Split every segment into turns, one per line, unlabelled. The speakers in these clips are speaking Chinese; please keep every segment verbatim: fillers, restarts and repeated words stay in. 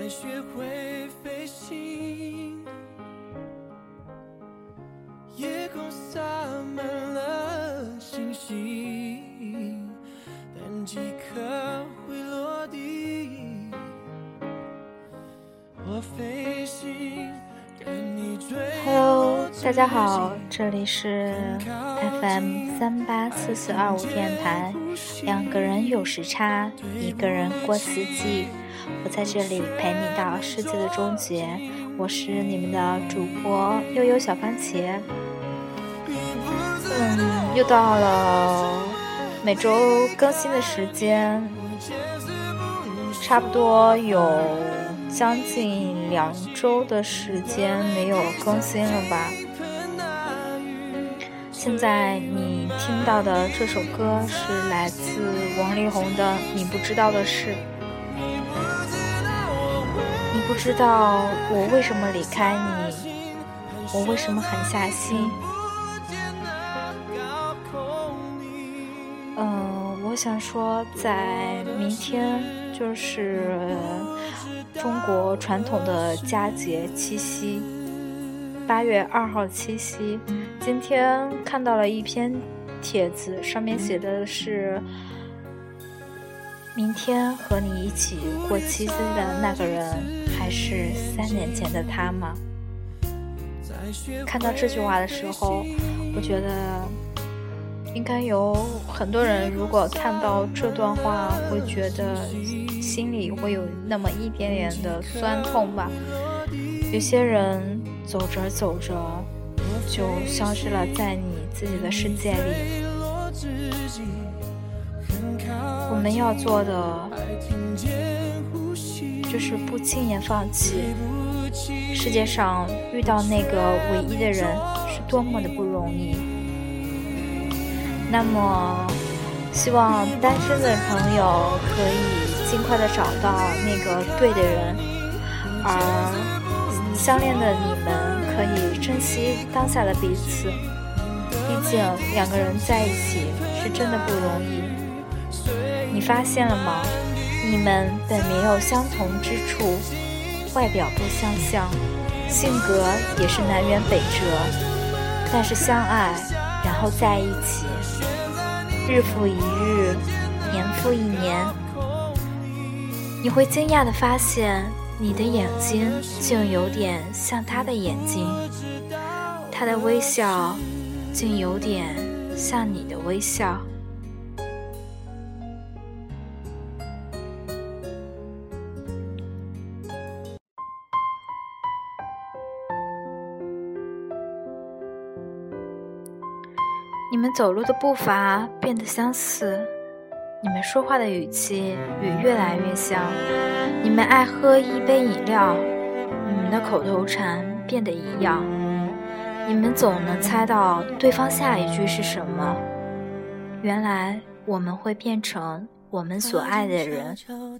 学会飞行，夜空洒满了星星，但几颗会落地。我飞行跟你追。
Hello， 大家好，这里是 F M 三八四四二五电台，两个人有时差，一个人过四季。我在这里陪你到世界的终结，我是你们的主播悠悠小番茄。嗯，又到了每周更新的时间，差不多有将近两周的时间没有更新了吧。现在你听到的这首歌是来自王力宏的《你不知道的事》。你不知道我为什么离开你，我为什么狠下心。嗯，我想说在明天就是中国传统的佳节七夕，八月二号七夕。今天看到了一篇帖子，上面写的是明天和你一起过七夕的那个人还是三年前的他吗？看到这句话的时候，我觉得应该有很多人如果看到这段话会觉得心里会有那么一点点的酸痛吧。有些人走着走着就消失了在你自己的世界里。我们要做的就是不轻言放弃。世界上遇到那个唯一的人是多么的不容易。那么希望单身的朋友可以尽快的找到那个对的人，而相恋的你们可以珍惜当下的彼此，毕竟两个人在一起是真的不容易。你发现了吗？你们本没有相同之处，外表不相像，性格也是南辕北辙，但是相爱然后在一起，日复一日，年复一年，你会惊讶地发现你的眼睛竟有点像他的眼睛，他的微笑竟有点像你的微笑。你们走路的步伐变得相似，你们说话的语气也越来越像，你们爱喝一杯饮料，你们的口头禅变得一样，你们总能猜到对方下一句是什么。原来我们会变成我们所爱的人。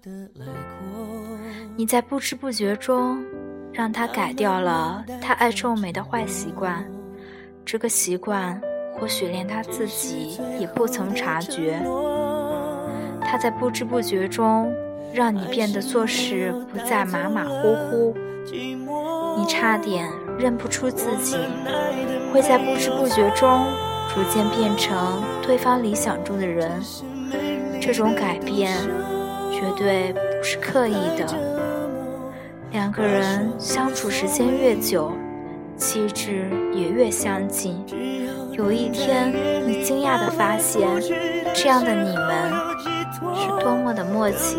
你在不知不觉中让他改掉了他爱臭美的坏习惯，这个习惯或许连他自己也不曾察觉。他在不知不觉中让你变得做事不再马马虎虎，你差点认不出自己，会在不知不觉中逐渐变成对方理想中的人。这种改变绝对不是刻意的。两个人相处时间越久，气质也越相近。有一天你惊讶地发现，这样的你们是多么的默契。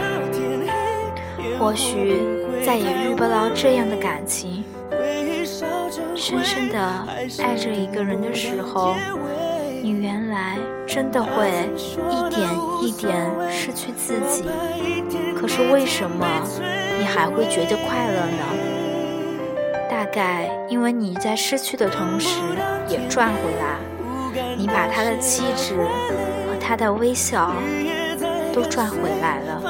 或许再也遇不到这样的感情。深深地爱着一个人的时候，你原来真的会一点一点失去自己，可是为什么你还会觉得快乐呢？大概因为你在失去的同时也赚回来，你把他的气质和他的微笑都赚回来了。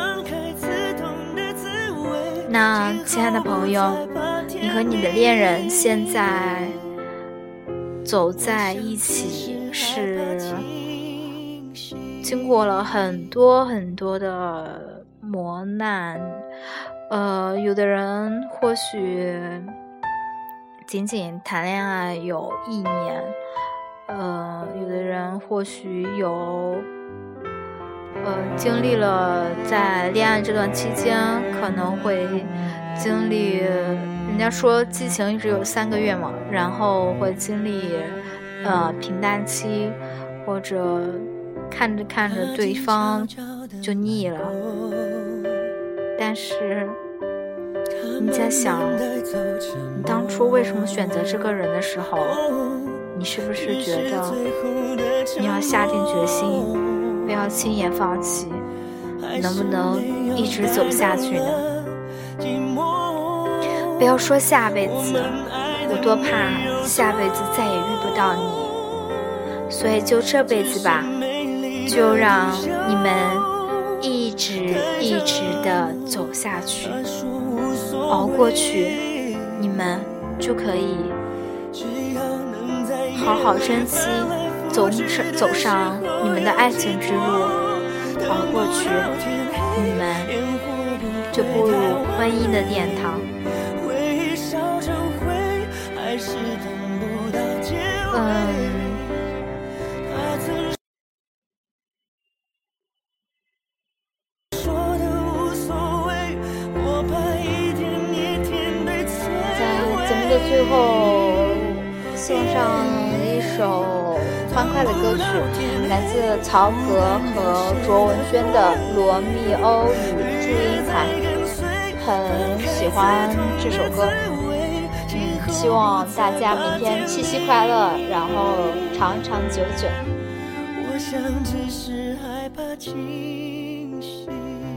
那亲爱的朋友，你和你的恋人现在走在一起，是经过了很多很多的磨难， 呃，有的人或许仅仅谈恋爱有一年，呃，有的人或许有，呃，经历了在恋爱这段期间可能会经历，人家说激情只有三个月嘛，然后会经历呃平淡期，或者看着看着对方就腻了。但是你在想，你当初为什么选择这个人的时候，你是不是觉得你要下定决心，不要轻言放弃，能不能一直走下去呢？不要说下辈子，我多怕下辈子再也遇不到你，所以就这辈子吧，就让你们一直一直的走下去，熬过去，你们就可以好好珍惜，走走上你们的爱情之路，熬过去，你们就步入婚姻的殿堂。嗯。的最后送上一首欢快的歌曲，来自曹格和卓文萱的《罗密欧与祝英台》，很喜欢这首歌，嗯，希望大家明天七夕快乐，然后长长久久。我想只是害怕清醒，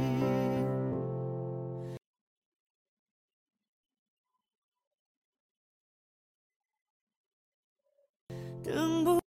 等不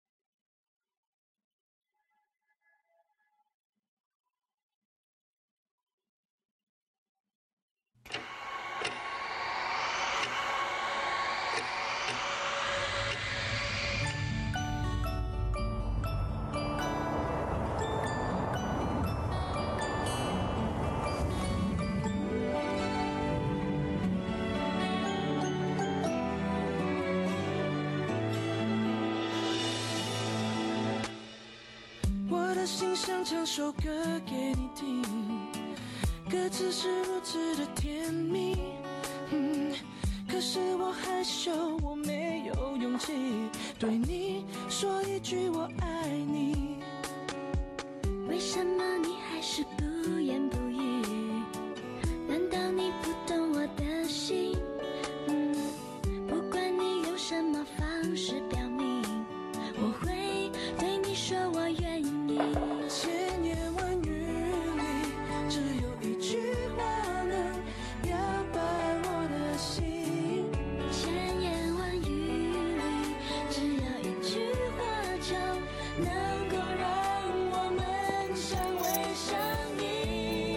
心想唱首歌给你听，歌词是如此的甜蜜，嗯，可是我害羞，我没有勇气对你说一句我爱你。为什么你还是不言不语？难道你不懂我的心？嗯，不管你用什么方式表明，我会对你说我愿意。千言万语里，只有一句话能摇摆我的心。千言万语里，只有一句话就能够让我们相偎相依。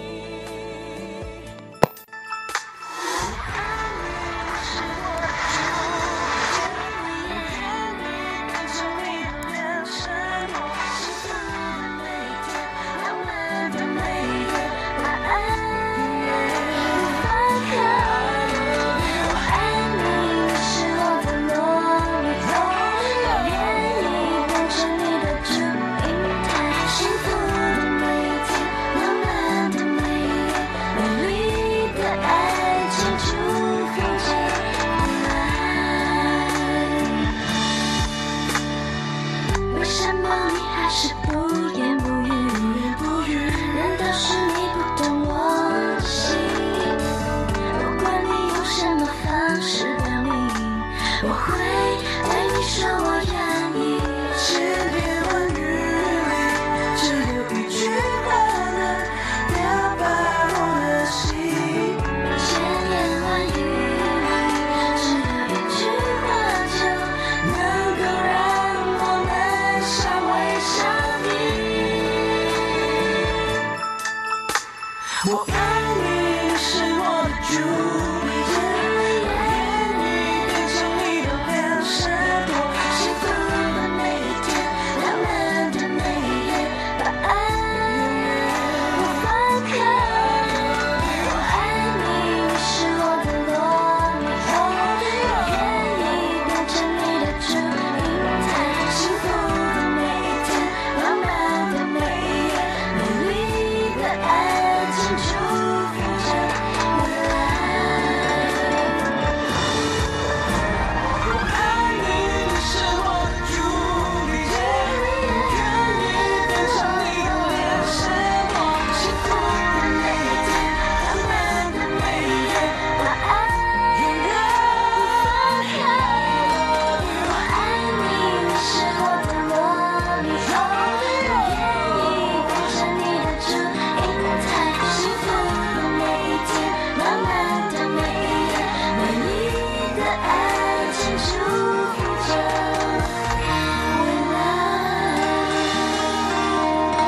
爱你是我的主，爱你变成你的眼神。我会